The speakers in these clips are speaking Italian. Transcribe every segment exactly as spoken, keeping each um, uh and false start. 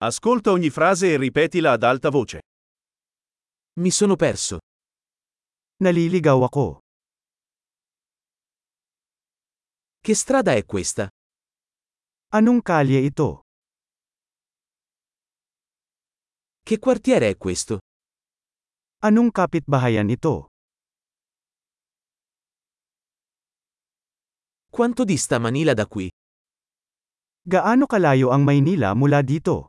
Ascolta ogni frase e ripetila ad alta voce. Mi sono perso. Naliligaw ako. Che strada è questa? Anong kalye ito? Che quartiere è questo? Anong kapitbahayan ito? Quanto dista Manila da qui? Gaano kalayo ang Maynila mula dito?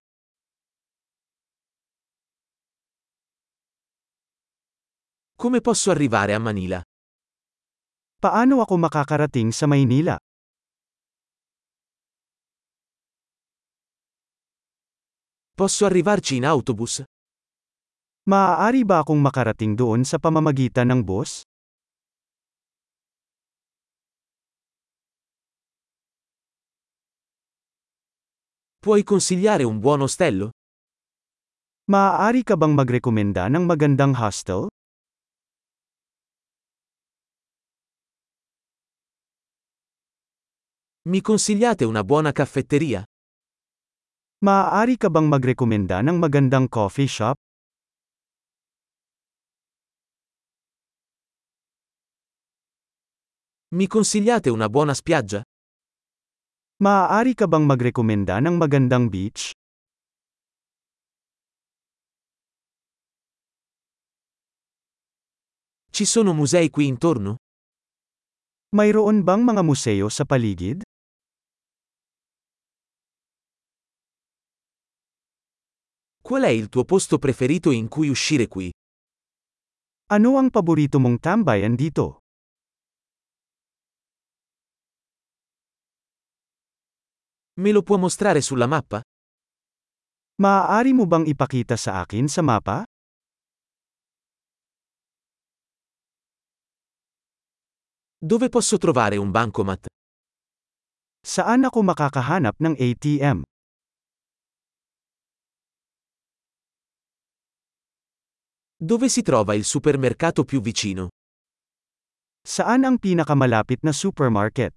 Come posso arrivare a Manila? Paano ako makakarating sa Maynila? Posso arrivarci in autobus? Maaari ba akong makarating doon sa pamamagitan ng bus? Puoi consigliare un buon ostello? Maaari ka bang magrekomenda ng magandang hostel? Mi consigliate una buona caffetteria? Maaari ka bang magrekomenda ng magandang coffee shop? Mi consigliate una buona spiaggia? Maaari ka bang magrekomenda ng magandang beach? Ci sono musei qui intorno? Mayroon bang mga museo sa paligid? Qual è il tuo posto preferito in cui uscire qui? Ano ang paborito mong tambayan dito? Me lo può mostrare sulla mappa? Maaari mo bang ipakita sa akin sa mapa? Dove posso trovare un bancomat? Saan ako makakahanap ng A T M? Dove si trova il supermercato più vicino? Saan ang pinakamalapit na supermarket?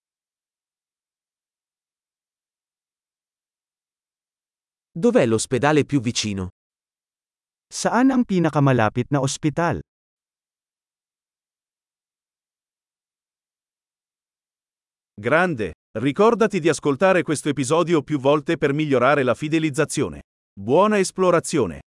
Dov'è l'ospedale più vicino? Saan ang pinakamalapit na ospital? Grande! Ricordati di ascoltare questo episodio più volte per migliorare la fidelizzazione. Buona esplorazione!